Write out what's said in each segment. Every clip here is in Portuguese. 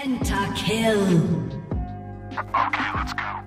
Pentakill. Okay, let's go.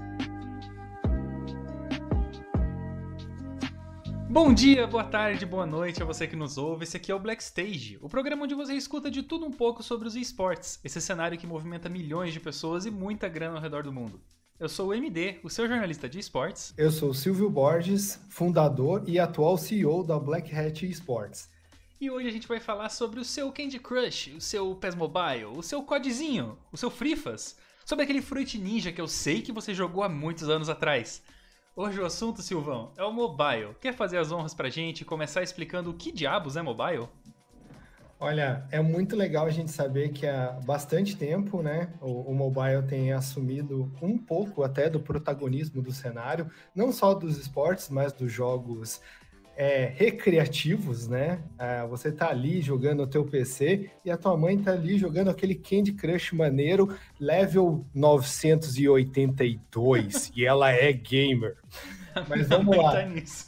Bom dia, boa tarde, boa noite a você que nos ouve. Esse aqui é o Black Stage, o programa onde você escuta de tudo um pouco sobre os esportes, esse cenário que movimenta milhões de pessoas e muita grana ao redor do mundo. Eu sou o MD, o seu jornalista de esportes. Eu sou o Silvio Borges, fundador e atual CEO da Black Hat Esports. E hoje a gente vai falar sobre o seu Candy Crush, o seu PES Mobile, o seu CODzinho, o seu Frifas, sobre aquele Fruit Ninja que eu sei que você jogou há muitos anos atrás. Hoje o assunto, Silvão, é o mobile. Quer fazer as honras pra gente e começar explicando o que diabos é mobile? Olha, é muito legal a gente saber que há bastante tempo, né, o mobile tem assumido um pouco até do protagonismo do cenário, não só dos esportes, mas dos jogos recreativos, né? Você tá ali jogando o teu PC e a tua mãe tá ali jogando aquele Candy Crush maneiro, level 982, e ela é gamer. Mas vamos lá. Tá nisso.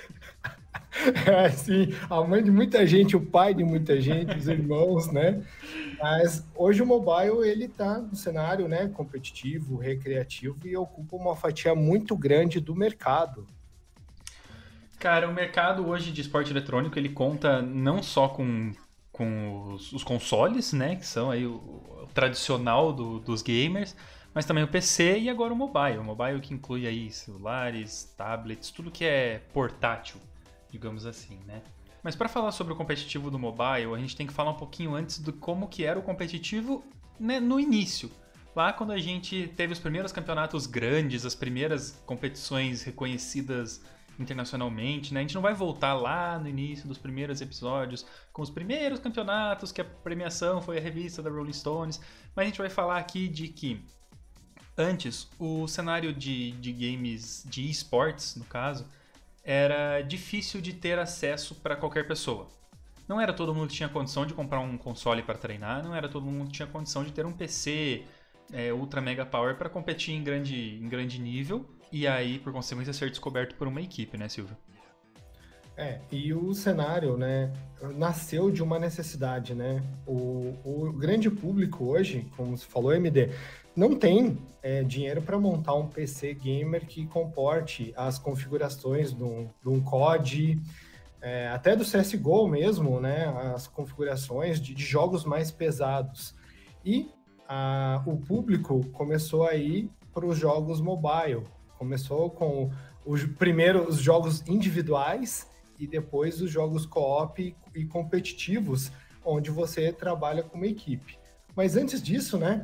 Sim, a mãe de muita gente, o pai de muita gente, os irmãos, né? Mas hoje o mobile, ele tá no cenário, né, competitivo, recreativo e ocupa uma fatia muito grande do mercado. Cara, o mercado hoje de esporte eletrônico, ele conta não só com os consoles, né, que são aí o tradicional dos gamers, mas também o PC e agora o mobile. O mobile que inclui aí celulares, tablets, tudo que é portátil, digamos assim, né? Mas para falar sobre o competitivo do mobile, a gente tem que falar um pouquinho antes de como que era o competitivo, né, no início. Lá quando a gente teve os primeiros campeonatos grandes, as primeiras competições reconhecidas internacionalmente, né? A gente não vai voltar lá no início dos primeiros episódios com os primeiros campeonatos, que a premiação foi a revista da Rolling Stones, mas a gente vai falar aqui de que antes o cenário de games, de esportes no caso, era difícil de ter acesso para qualquer pessoa. Não era todo mundo que tinha condição de comprar um console para treinar, não era todo mundo que tinha condição de ter um PC Ultra Mega Power para competir em grande nível e aí, por consequência, ser descoberto por uma equipe, né, Silvio? E o cenário, né, nasceu de uma necessidade, né? O grande público hoje, como você falou, MD, não tem dinheiro para montar um PC gamer que comporte as configurações de um COD, até do CSGO mesmo, né? As configurações de jogos mais pesados. E o público começou a ir para os jogos mobile. Começou com primeiro os jogos individuais e depois os jogos co-op e competitivos, onde você trabalha com uma equipe. Mas antes disso, né,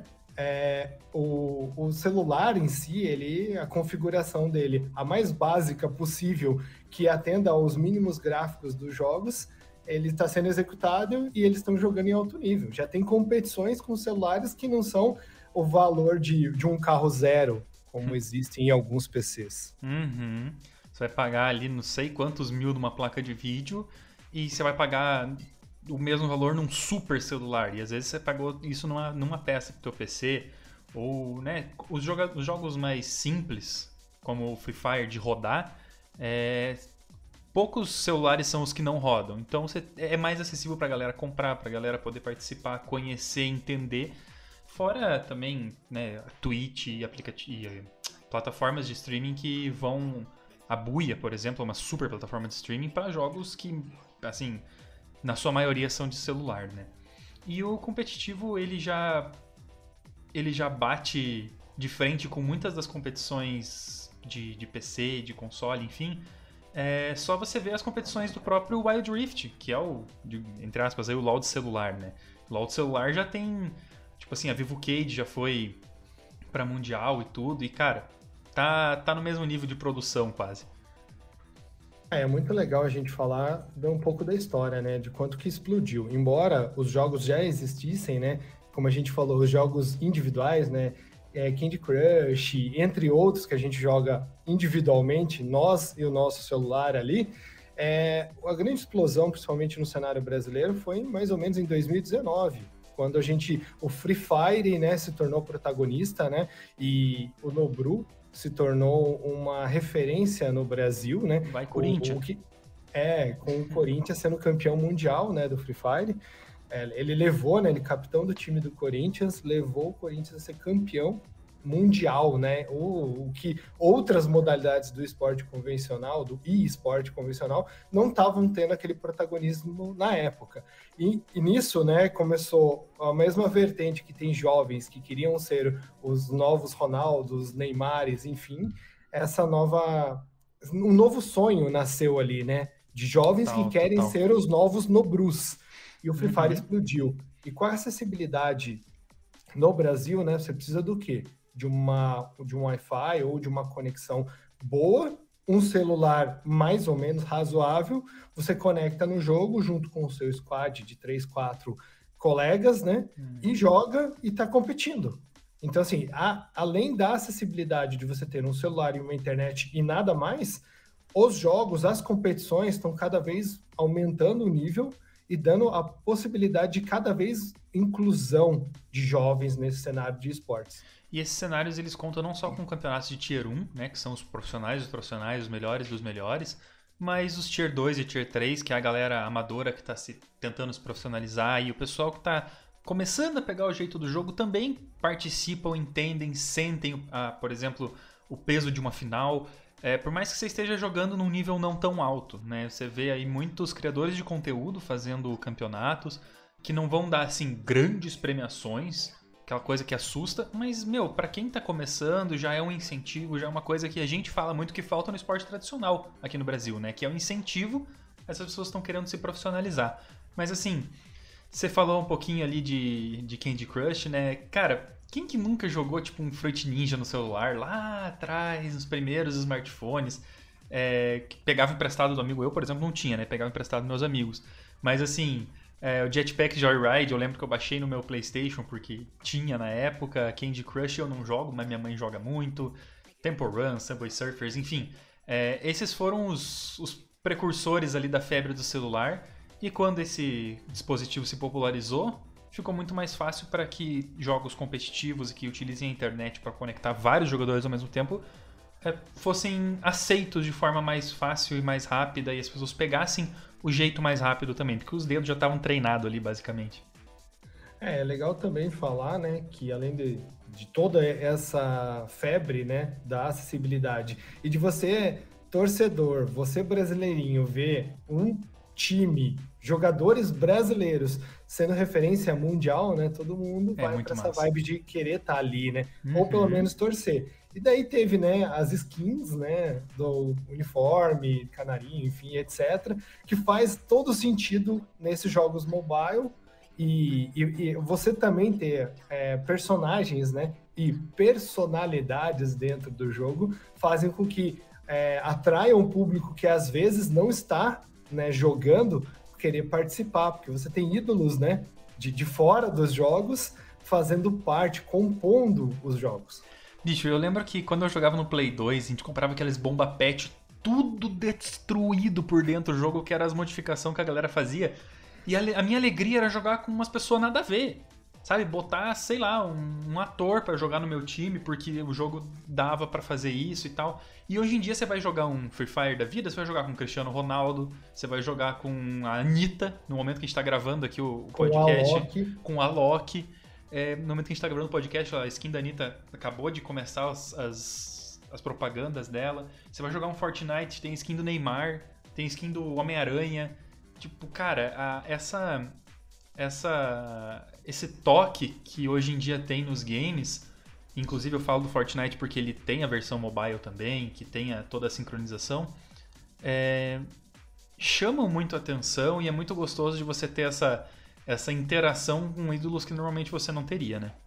o celular em si, a configuração dele, a mais básica possível, que atenda aos mínimos gráficos dos jogos, ele está sendo executado e eles estão jogando em alto nível. Já tem competições com celulares que não são o valor de um carro zero, como existe em alguns PCs. Uhum. Você vai pagar ali não sei quantos mil numa placa de vídeo e você vai pagar o mesmo valor num super celular. E às vezes você pagou isso numa peça pro teu PC. Ou, né, os jogos mais simples, como o Free Fire, de rodar, poucos celulares são os que não rodam. Então é mais acessível pra galera comprar, pra galera poder participar, conhecer, entender. Fora também, né, Twitch e plataformas de streaming que vão... A Buia, por exemplo, é uma super plataforma de streaming para jogos que, assim, na sua maioria são de celular, né? E o competitivo, ele já bate de frente com muitas das competições de PC, de console, enfim. É só você ver as competições do próprio Wild Rift, que é entre aspas, aí, o LoL de celular, né? O LoL de celular já tem... Tipo assim, a Vivo Cage já foi pra Mundial e tudo, e cara, tá no mesmo nível de produção quase. É muito legal a gente falar um pouco da história, né, de quanto que explodiu. Embora os jogos já existissem, né, como a gente falou, os jogos individuais, né, Candy Crush, entre outros que a gente joga individualmente, nós e o nosso celular ali, a grande explosão, principalmente no cenário brasileiro, foi mais ou menos em 2019, quando o Free Fire, né, se tornou protagonista, né, e o Nobru se tornou uma referência no Brasil, né? Vai Corinthians. Com o Corinthians sendo campeão mundial, né, do Free Fire. Ele levou, né? Ele capitão do time do Corinthians, levou o Corinthians a ser campeão mundial, né? O que outras modalidades do esporte convencional, do e-esporte convencional, não estavam tendo aquele protagonismo na época. E nisso, né, começou a mesma vertente que tem jovens que queriam ser os novos Ronaldos, Neymares, enfim, um novo sonho nasceu ali, né? De jovens que querem ser os novos Nobrus. E o Free Fire explodiu. E com a acessibilidade no Brasil, né, você precisa do quê? De um Wi-Fi ou de uma conexão boa, um celular mais ou menos razoável, você conecta no jogo junto com o seu squad de 3, 4 colegas, né? E joga e está competindo. Então, assim, além da acessibilidade de você ter um celular e uma internet e nada mais, os jogos, as competições estão cada vez aumentando o nível e dando a possibilidade de cada vez inclusão de jovens nesse cenário de esportes. E esses cenários, eles contam não só com campeonatos de Tier 1, né, que são os profissionais dos profissionais, os melhores dos melhores, mas os Tier 2 e Tier 3, que é a galera amadora que está tentando se profissionalizar, e o pessoal que está começando a pegar o jeito do jogo também participam, entendem, sentem, por exemplo, o peso de uma final. Por mais que você esteja jogando num nível não tão alto, né? Você vê aí muitos criadores de conteúdo fazendo campeonatos que não vão dar, assim, grandes premiações, aquela coisa que assusta, mas, pra quem tá começando, já é um incentivo, já é uma coisa que a gente fala muito que falta no esporte tradicional aqui no Brasil, né? Que é um incentivo, essas pessoas estão querendo se profissionalizar. Mas, assim, você falou um pouquinho ali de Candy Crush, né? Cara, quem que nunca jogou, tipo, um Fruit Ninja no celular, lá atrás, nos primeiros smartphones, que pegava emprestado do amigo? Eu, por exemplo, não tinha, né? Pegava emprestado dos meus amigos. Mas, assim... o Jetpack Joyride, eu lembro que eu baixei no meu PlayStation porque tinha na época. Candy Crush eu não jogo, mas minha mãe joga muito. Temple Run, Subway Surfers, enfim. Esses foram os precursores ali da febre do celular. E quando esse dispositivo se popularizou, ficou muito mais fácil para que jogos competitivos e que utilizem a internet para conectar vários jogadores ao mesmo tempo fossem aceitos de forma mais fácil e mais rápida, e as pessoas pegassem o jeito mais rápido também, porque os dedos já estavam treinados ali, basicamente. É legal também falar, né, que além de toda essa febre, né, da acessibilidade, e de você, torcedor, você brasileirinho, ver um time, jogadores brasileiros sendo referência mundial, né, todo mundo vai para essa vibe de querer estar ali, né, ou pelo menos torcer. E daí teve, né, as skins, né, do uniforme, canarinho, enfim, etc., que faz todo sentido nesses jogos mobile, e você também ter personagens, né, e personalidades dentro do jogo fazem com que atraia um público que às vezes não está, né, jogando, querer participar, porque você tem ídolos, né, de fora dos jogos fazendo parte, compondo os jogos. Bicho, eu lembro que quando eu jogava no Play 2, a gente comprava aqueles bomba pet, tudo destruído por dentro do jogo, que era as modificações que a galera fazia. E a minha alegria era jogar com umas pessoas nada a ver. Sabe, botar, sei lá, um ator pra jogar no meu time, porque o jogo dava pra fazer isso e tal. E hoje em dia você vai jogar um Free Fire da vida, você vai jogar com o Cristiano Ronaldo, você vai jogar com a Anitta, no momento que a gente tá gravando aqui o podcast, com a Loki. No momento que a gente tá gravando o podcast, a skin da Anitta acabou de começar as propagandas dela. Você vai jogar um Fortnite, tem skin do Neymar, tem skin do Homem-Aranha. Tipo, cara, esse toque que hoje em dia tem nos games, inclusive eu falo do Fortnite porque ele tem a versão mobile também, que tem toda a sincronização, chamam muito a atenção e é muito gostoso de você ter essa interação com ídolos que normalmente você não teria, né?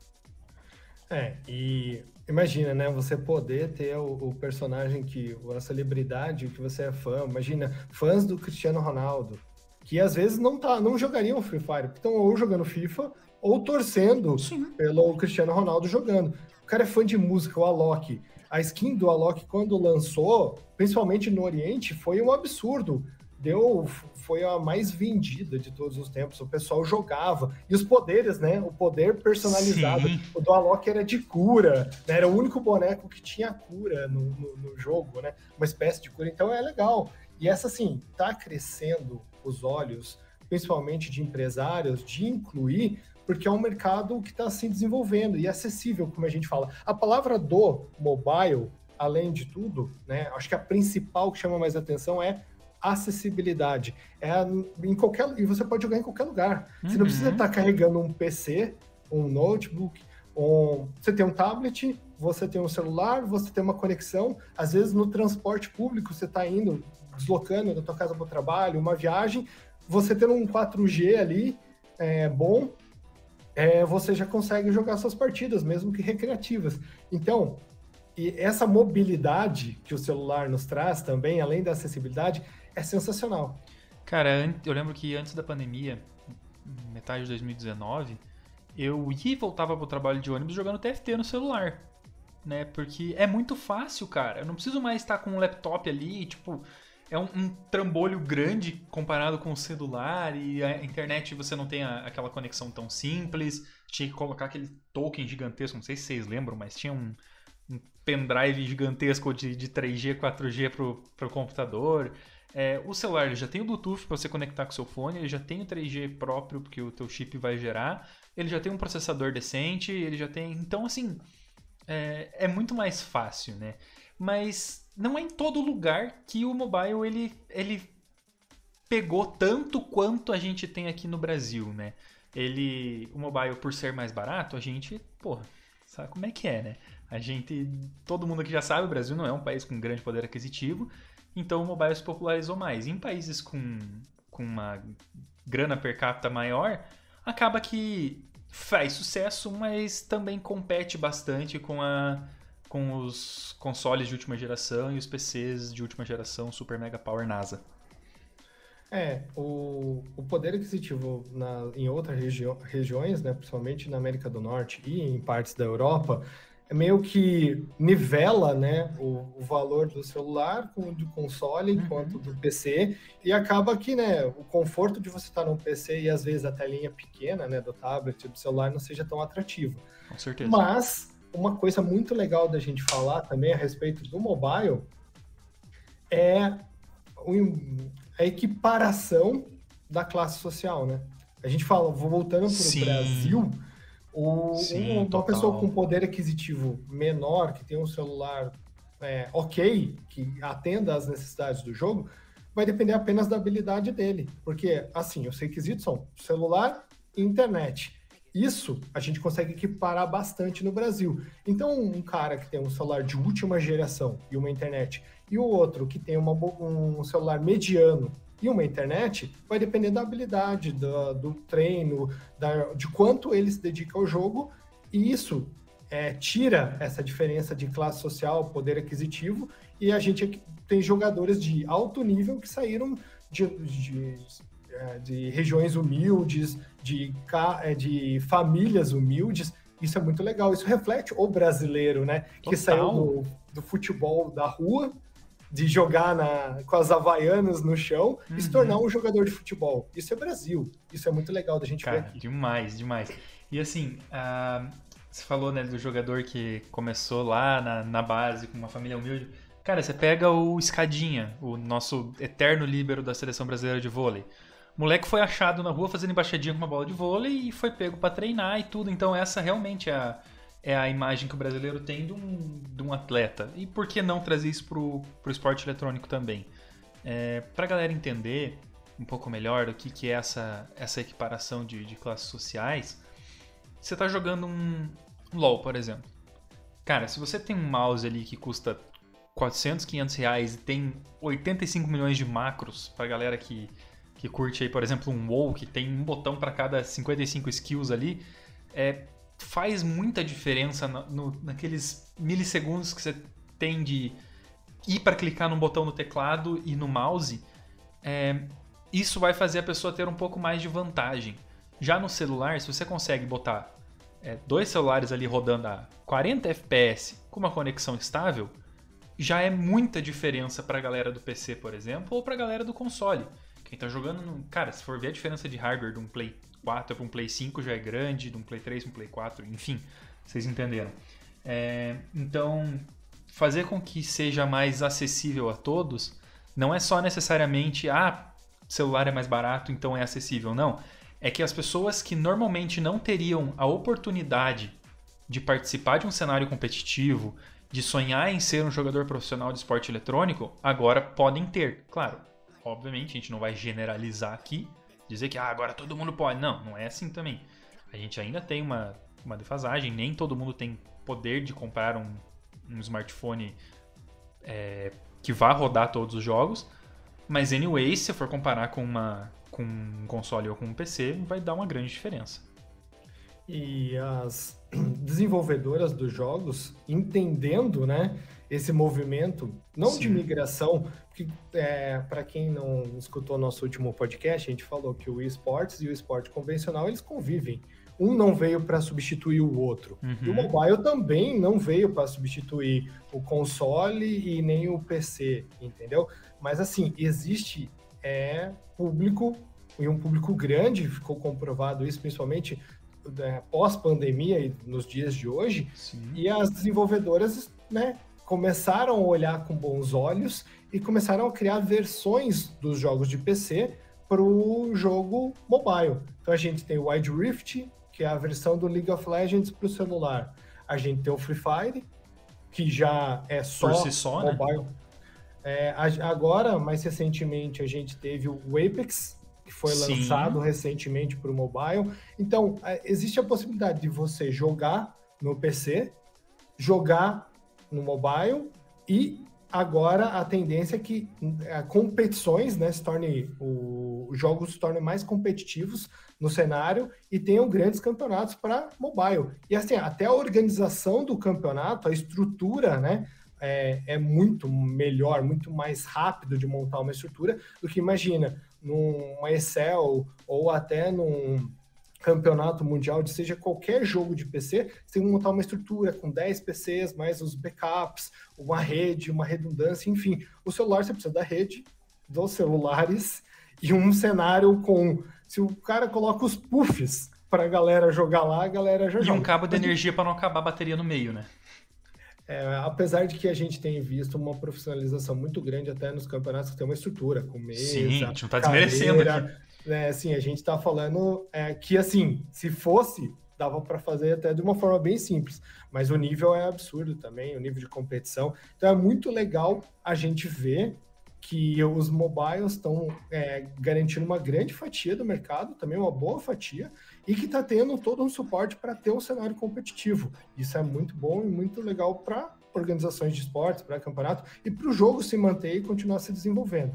E imagina, né, você poder ter o personagem a celebridade que você é fã, imagina, fãs do Cristiano Ronaldo, que às vezes não jogariam Free Fire, porque estão ou jogando FIFA ou torcendo pelo Cristiano Ronaldo jogando. O cara é fã de música, o Alok. A skin do Alok, quando lançou, principalmente no Oriente, foi um absurdo. Foi a mais vendida de todos os tempos. O pessoal jogava. E os poderes, né? O poder personalizado. Sim. O do Alok era de cura, né? Era o único boneco que tinha cura no jogo, né? Uma espécie de cura. Então é legal. E essa, assim, tá crescendo os olhos principalmente de empresários, de incluir, porque é um mercado que está se desenvolvendo e acessível, como a gente fala. A palavra do mobile, além de tudo, né, acho que a principal que chama mais atenção é acessibilidade. E você pode jogar em qualquer lugar. Você não precisa estar carregando um PC, um notebook, você tem um tablet, você tem um celular, você tem uma conexão. Às vezes no transporte público você está indo, deslocando da tua casa para o trabalho, uma viagem, você tendo um 4G ali, bom, você já consegue jogar suas partidas, mesmo que recreativas. Então, e essa mobilidade que o celular nos traz também, além da acessibilidade, é sensacional. Cara, eu lembro que antes da pandemia, metade de 2019, eu ia e voltava pro trabalho de ônibus jogando TFT no celular, né? Porque é muito fácil, cara. Eu não preciso mais estar com um laptop ali, tipo, é um trambolho grande comparado com o celular e a internet você não tem aquela conexão tão simples. Tinha que colocar aquele token gigantesco, não sei se vocês lembram, mas tinha um pendrive gigantesco de 3G, 4G pro computador. O celular ele já tem o Bluetooth para você conectar com o seu fone, ele já tem o 3G próprio porque o teu chip vai gerar, ele já tem um processador decente, ele já tem... Então, assim, é muito mais fácil, né? Mas não é em todo lugar que o mobile ele pegou tanto quanto a gente tem aqui no Brasil, né? O mobile, por ser mais barato, a gente, porra, sabe como é que é, né? Todo mundo aqui já sabe, o Brasil não é um país com grande poder aquisitivo, então o mobile se popularizou mais. Em países com uma grana per capita maior, acaba que faz sucesso, mas também compete bastante com os consoles de última geração e os PCs de última geração Super Mega Power NASA. O poder aquisitivo em outras regiões, né, principalmente na América do Norte e em partes da Europa, meio que nivela, né, o valor do celular do console quanto do PC, e acaba que, né, o conforto de você estar num PC e às vezes a telinha pequena, né, do tablet, do celular não seja tão atrativo. Com certeza. Mas uma coisa muito legal da gente falar também a respeito do mobile é a equiparação da classe social, né? A gente fala, voltando para o Brasil, uma pessoa com poder aquisitivo menor, que tem um celular ok, que atenda às necessidades do jogo, vai depender apenas da habilidade dele. Porque, assim, os requisitos são celular e internet. Isso a gente consegue equiparar bastante no Brasil. Então, um cara que tem um celular de última geração e uma internet, e o outro que tem um celular mediano e uma internet, vai depender da habilidade, do treino, de quanto ele se dedica ao jogo, e isso tira essa diferença de classe social, poder aquisitivo, e a gente tem jogadores de alto nível que saíram de regiões humildes, de famílias humildes. Isso é muito legal, isso reflete o brasileiro, né? Total. Que saiu do futebol da rua, de jogar com as havaianas no chão e se tornar um jogador de futebol. Isso é Brasil, isso é muito legal da gente ver aqui. Demais, demais. E assim, você falou, né, do jogador que começou lá na base, com uma família humilde. Cara, você pega o Escadinha, o nosso eterno líbero da seleção brasileira de vôlei. O moleque foi achado na rua fazendo embaixadinha com uma bola de vôlei e foi pego pra treinar e tudo. Então essa realmente é a imagem que o brasileiro tem de um atleta. E por que não trazer isso pro esporte eletrônico também? Pra galera entender um pouco melhor o que é essa equiparação de classes sociais, você tá jogando um LoL, por exemplo. Cara, se você tem um mouse ali que custa 400, 500 reais e tem 85 milhões de macros pra galera que curte aí, por exemplo, um WoW, que tem um botão para cada 55 skills ali, faz muita diferença naqueles milissegundos que você tem de ir para clicar num botão no teclado e no mouse. Isso vai fazer a pessoa ter um pouco mais de vantagem. Já no celular, se você consegue botar dois celulares ali rodando a 40 FPS com uma conexão estável, já é muita diferença para a galera do PC, por exemplo, ou para a galera do console. Quem tá jogando... Cara, se for ver a diferença de hardware de um Play 4 para um Play 5 já é grande, de um Play 3 para um Play 4, enfim, vocês entenderam. Então, fazer com que seja mais acessível a todos não é só necessariamente celular é mais barato, então é acessível. Não. É que as pessoas que normalmente não teriam a oportunidade de participar de um cenário competitivo, de sonhar em ser um jogador profissional de esporte eletrônico, agora podem ter. Claro, obviamente a gente não vai generalizar aqui, dizer que agora todo mundo pode. Não, não é assim também. A gente ainda tem uma defasagem, nem todo mundo tem poder de comprar um smartphone que vá rodar todos os jogos, mas anyway, se for comparar com um console ou com um PC, vai dar uma grande diferença. E as desenvolvedoras dos jogos, entendendo, né, esse movimento, não de migração, porque para quem não escutou nosso último podcast, a gente falou que o eSports e o esporte convencional, eles convivem. Um não veio para substituir o outro. E o mobile também não veio para substituir o console e nem o PC, entendeu? Mas assim, existe público, e um público grande, ficou comprovado isso, principalmente pós-pandemia e nos dias de hoje. Sim. E as desenvolvedoras, né, começaram a olhar com bons olhos e começaram a criar versões dos jogos de PC para o jogo mobile. Então a gente tem o Wild Rift, que é a versão do League of Legends para o celular. A gente tem o Free Fire, que já é só, por si só, mobile. Né? Agora, mais recentemente, a gente teve o Apex, que foi lançado recentemente para o mobile. Então, existe a possibilidade de você jogar no PC, jogar no mobile, e agora a tendência é que competições, né, os jogos se tornem mais competitivos no cenário e tenham grandes campeonatos para mobile. E assim, até a organização do campeonato, a estrutura, né, é muito melhor, muito mais rápido de montar uma estrutura do que, imagina, numa Excel ou até num campeonato mundial, de seja qualquer jogo de PC, você tem que montar uma estrutura com 10 PCs, mais os backups, uma rede, uma redundância, enfim. O celular, você precisa da rede, dos celulares e um cenário com... Se o cara coloca os puffs para a galera jogar lá, a galera já joga. E um cabo de energia para não acabar a bateria no meio, né? Apesar de que a gente tem visto uma profissionalização muito grande até nos campeonatos que tem uma estrutura, com mesa, sim, a gente não tá desmerecendo aqui. Assim, a gente está falando que, assim, se fosse, dava para fazer até de uma forma bem simples, mas o nível é absurdo também, o nível de competição. Então é muito legal a gente ver que os mobiles estão garantindo uma grande fatia do mercado, também uma boa fatia, e que está tendo todo um suporte para ter um cenário competitivo. Isso é muito bom e muito legal para organizações de esportes, para campeonato, e para o jogo se manter e continuar se desenvolvendo.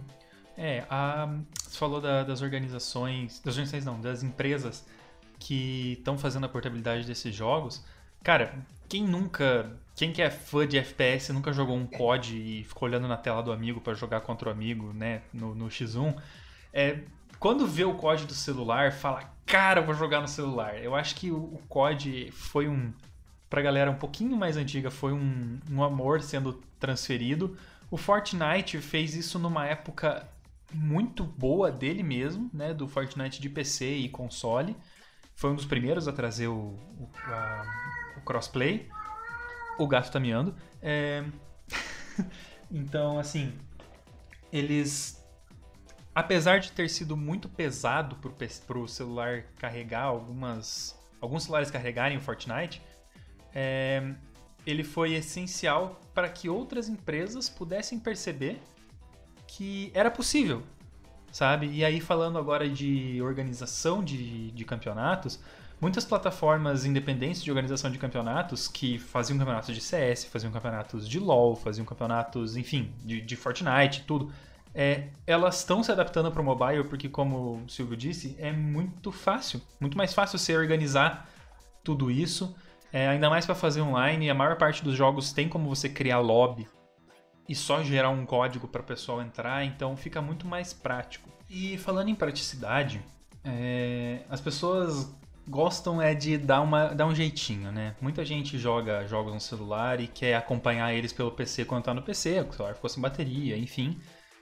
Você falou das organizações não, das empresas que estão fazendo a portabilidade desses jogos. Cara, quem que é fã de FPS nunca jogou um COD e ficou olhando na tela do amigo para jogar contra o amigo, né, no X1, quando vê o COD do celular, fala, cara, eu vou jogar no celular. Eu acho que o COD foi pra galera um pouquinho mais antiga, foi um amor sendo transferido. O Fortnite fez isso numa época muito boa dele mesmo, né, do Fortnite de PC e console. Foi um dos primeiros a trazer o crossplay. O gato tá miando. Então, assim, eles... Apesar de ter sido muito pesado pro celular carregar alguns celulares carregarem o Fortnite, ele foi essencial para que outras empresas pudessem perceber que era possível, sabe? E aí, falando agora de organização de campeonatos, muitas plataformas independentes de organização de campeonatos que faziam campeonatos de CS, faziam campeonatos de LoL, faziam campeonatos, enfim, de Fortnite, tudo, elas estão se adaptando para o mobile porque, como o Silvio disse, é muito fácil, muito mais fácil você organizar tudo isso, ainda mais para fazer online. A maior parte dos jogos tem como você criar lobby e só gerar um código para o pessoal entrar, então fica muito mais prático. E falando em praticidade, as pessoas gostam de dar um jeitinho, né? Muita gente joga jogos no celular e quer acompanhar eles pelo PC quando tá no PC, o celular ficou sem bateria, enfim.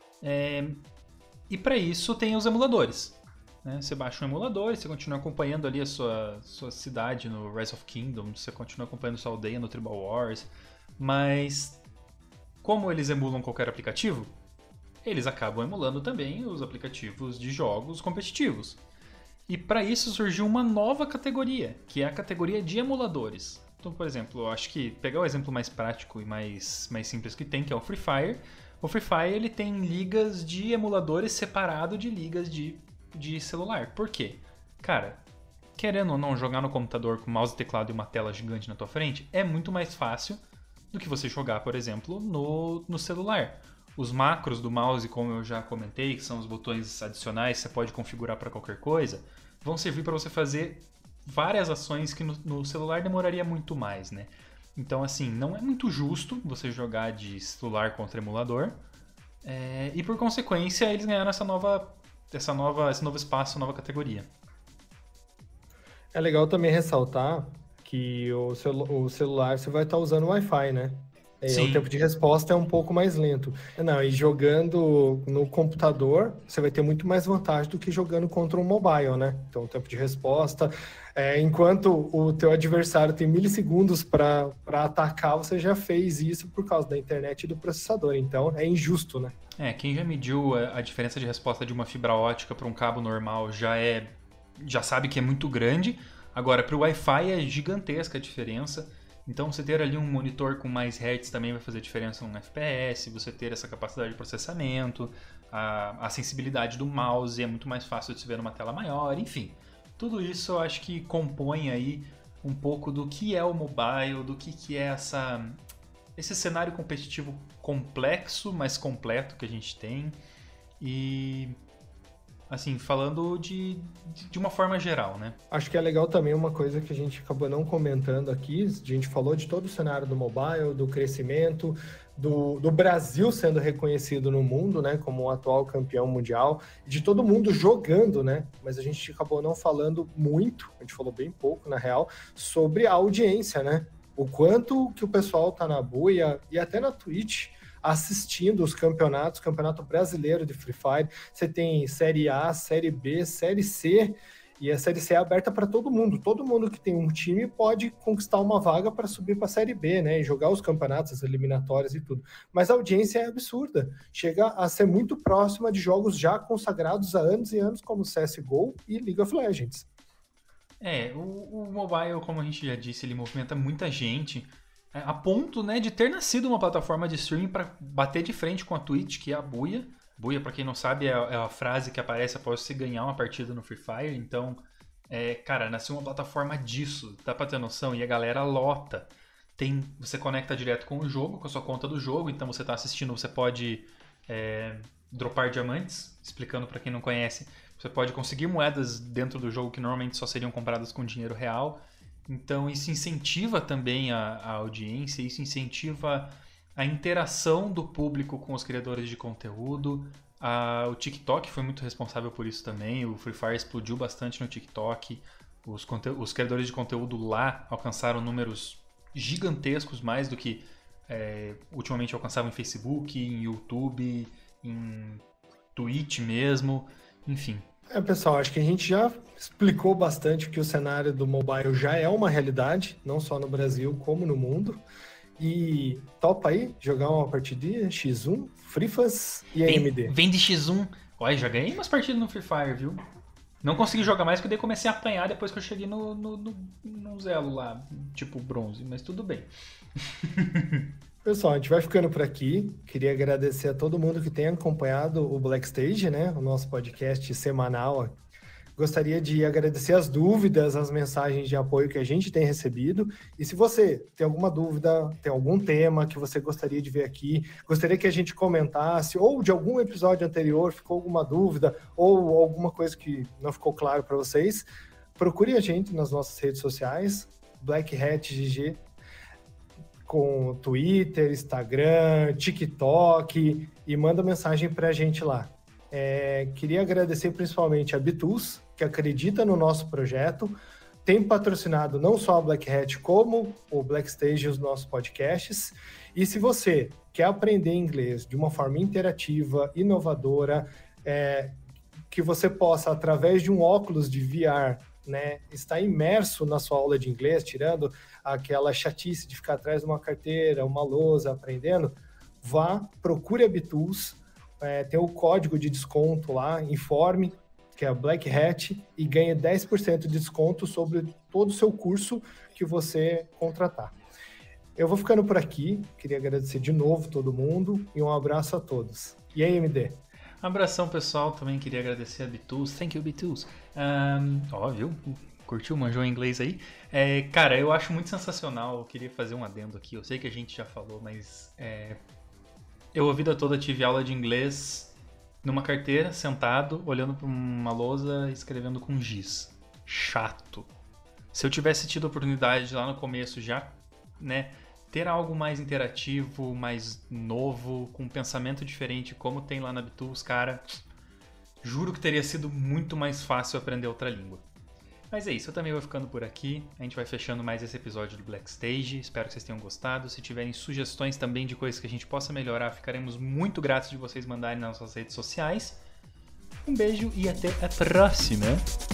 E para isso tem os emuladores, né? Você baixa um emulador e você continua acompanhando ali a sua cidade no Rise of Kingdom, você continua acompanhando sua aldeia no Tribal Wars, mas como eles emulam qualquer aplicativo, eles acabam emulando também os aplicativos de jogos competitivos. E para isso surgiu uma nova categoria, que é a categoria de emuladores. Então, por exemplo, eu acho que pegar o exemplo mais prático e mais simples que tem, que é o Free Fire. O Free Fire ele tem ligas de emuladores separado de ligas de celular. Por quê? Cara, querendo ou não jogar no computador com mouse, teclado e uma tela gigante na tua frente, é muito mais fácil do que você jogar, por exemplo, no celular. Os macros do mouse, como eu já comentei, que são os botões adicionais que você pode configurar para qualquer coisa, vão servir para você fazer várias ações que no celular demoraria muito mais, né? Então, assim, não é muito justo você jogar de celular contra emulador. E, por consequência, eles ganharam esse novo espaço, nova categoria. É legal também ressaltar que o celular você vai estar usando Wi-Fi, né? Sim. O tempo de resposta é um pouco mais lento. Não, e jogando no computador, você vai ter muito mais vantagem do que jogando contra um mobile, né? Então, o tempo de resposta... enquanto o teu adversário tem milissegundos para atacar, você já fez isso por causa da internet e do processador. Então, é injusto, né? Quem já mediu a diferença de resposta de uma fibra ótica para um cabo normal já sabe que é muito grande. Agora, para o Wi-Fi é gigantesca a diferença. Então, você ter ali um monitor com mais hertz também vai fazer diferença no FPS, você ter essa capacidade de processamento, a sensibilidade do mouse é muito mais fácil de se ver numa tela maior, enfim. Tudo isso eu acho que compõe aí um pouco do que é o mobile, do que é esse cenário competitivo complexo, mas completo que a gente tem. E, assim, falando de uma forma geral, né? Acho que é legal também uma coisa que a gente acabou não comentando aqui. A gente falou de todo o cenário do mobile, do crescimento, do Brasil sendo reconhecido no mundo, né, como o atual campeão mundial, de todo mundo jogando, né, mas a gente acabou não falando muito, a gente falou bem pouco, na real, sobre a audiência, né, o quanto que o pessoal tá na buia e até na Twitch assistindo os campeonatos, campeonato brasileiro de Free Fire. Você tem Série A, Série B, Série C, e a Série C é aberta para todo mundo. Todo mundo que tem um time pode conquistar uma vaga para subir para a Série B, né? E jogar os campeonatos, as eliminatórias e tudo. Mas a audiência é absurda. Chega a ser muito próxima de jogos já consagrados há anos e anos, como CSGO e League of Legends. O mobile, como a gente já disse, ele movimenta muita gente, a ponto, né, de ter nascido uma plataforma de streaming para bater de frente com a Twitch, que é a Buia. Buia, pra quem não sabe, é a frase que aparece após você ganhar uma partida no Free Fire. Então, cara, nasceu uma plataforma disso, dá pra ter noção, e a galera lota. Você conecta direto com o jogo, com a sua conta do jogo, então você tá assistindo, você pode dropar diamantes, explicando pra quem não conhece. Você pode conseguir moedas dentro do jogo que normalmente só seriam compradas com dinheiro real. Então isso incentiva também a audiência, isso incentiva a interação do público com os criadores de conteúdo. O TikTok foi muito responsável por isso também. O Free Fire explodiu bastante no TikTok. Os criadores de conteúdo lá alcançaram números gigantescos, mais do que ultimamente alcançavam em Facebook, em YouTube, em Twitch mesmo, enfim. Pessoal, acho que a gente já explicou bastante que o cenário do mobile já é uma realidade, não só no Brasil, como no mundo. E topa aí jogar uma partidinha, X1, Frifas e AMD. Vem de X1. Olha, já ganhei umas partidas no Free Fire, viu? Não consegui jogar mais porque daí comecei a apanhar depois que eu cheguei no Zelo lá, tipo bronze, mas tudo bem. Pessoal, a gente vai ficando por aqui. Queria agradecer a todo mundo que tem acompanhado o Black Stage, né? O nosso podcast semanal. Gostaria de agradecer as dúvidas, as mensagens de apoio que a gente tem recebido. E se você tem alguma dúvida, tem algum tema que você gostaria de ver aqui, gostaria que a gente comentasse, ou de algum episódio anterior ficou alguma dúvida, ou alguma coisa que não ficou claro para vocês, procure a gente nas nossas redes sociais, Black Hat GG, com Twitter, Instagram, TikTok, e manda mensagem para a gente lá. Queria agradecer principalmente a Bitools, que acredita no nosso projeto, tem patrocinado não só a Black Hat, como o Black Stage e os nossos podcasts. E se você quer aprender inglês de uma forma interativa, inovadora, que você possa, através de um óculos de VR, né, estar imerso na sua aula de inglês, tirando aquela chatice de ficar atrás de uma carteira, uma lousa, aprendendo, procure a Bitools. tem o código de desconto lá, Informe, que é a Black Hat, e ganha 10% de desconto sobre todo o seu curso que você contratar. Eu vou ficando por aqui, queria agradecer de novo todo mundo e um abraço a todos. E aí, MD? Abração, pessoal. Também queria agradecer a Bitools. Thank you, Bitools. Viu? Curtiu, manjou em inglês aí? Cara, eu acho muito sensacional. Eu queria fazer um adendo aqui. Eu sei que a gente já falou, mas eu a vida toda tive aula de inglês numa carteira, sentado, olhando para uma lousa, escrevendo com giz. Chato. Se eu tivesse tido a oportunidade lá no começo já, né, ter algo mais interativo, mais novo, com um pensamento diferente, como tem lá na Bitools, cara, juro que teria sido muito mais fácil aprender outra língua. Mas é isso, eu também vou ficando por aqui. A gente vai fechando mais esse episódio do Black Stage. Espero que vocês tenham gostado. Se tiverem sugestões também de coisas que a gente possa melhorar, ficaremos muito gratos de vocês mandarem nas nossas redes sociais. Um beijo e até a próxima!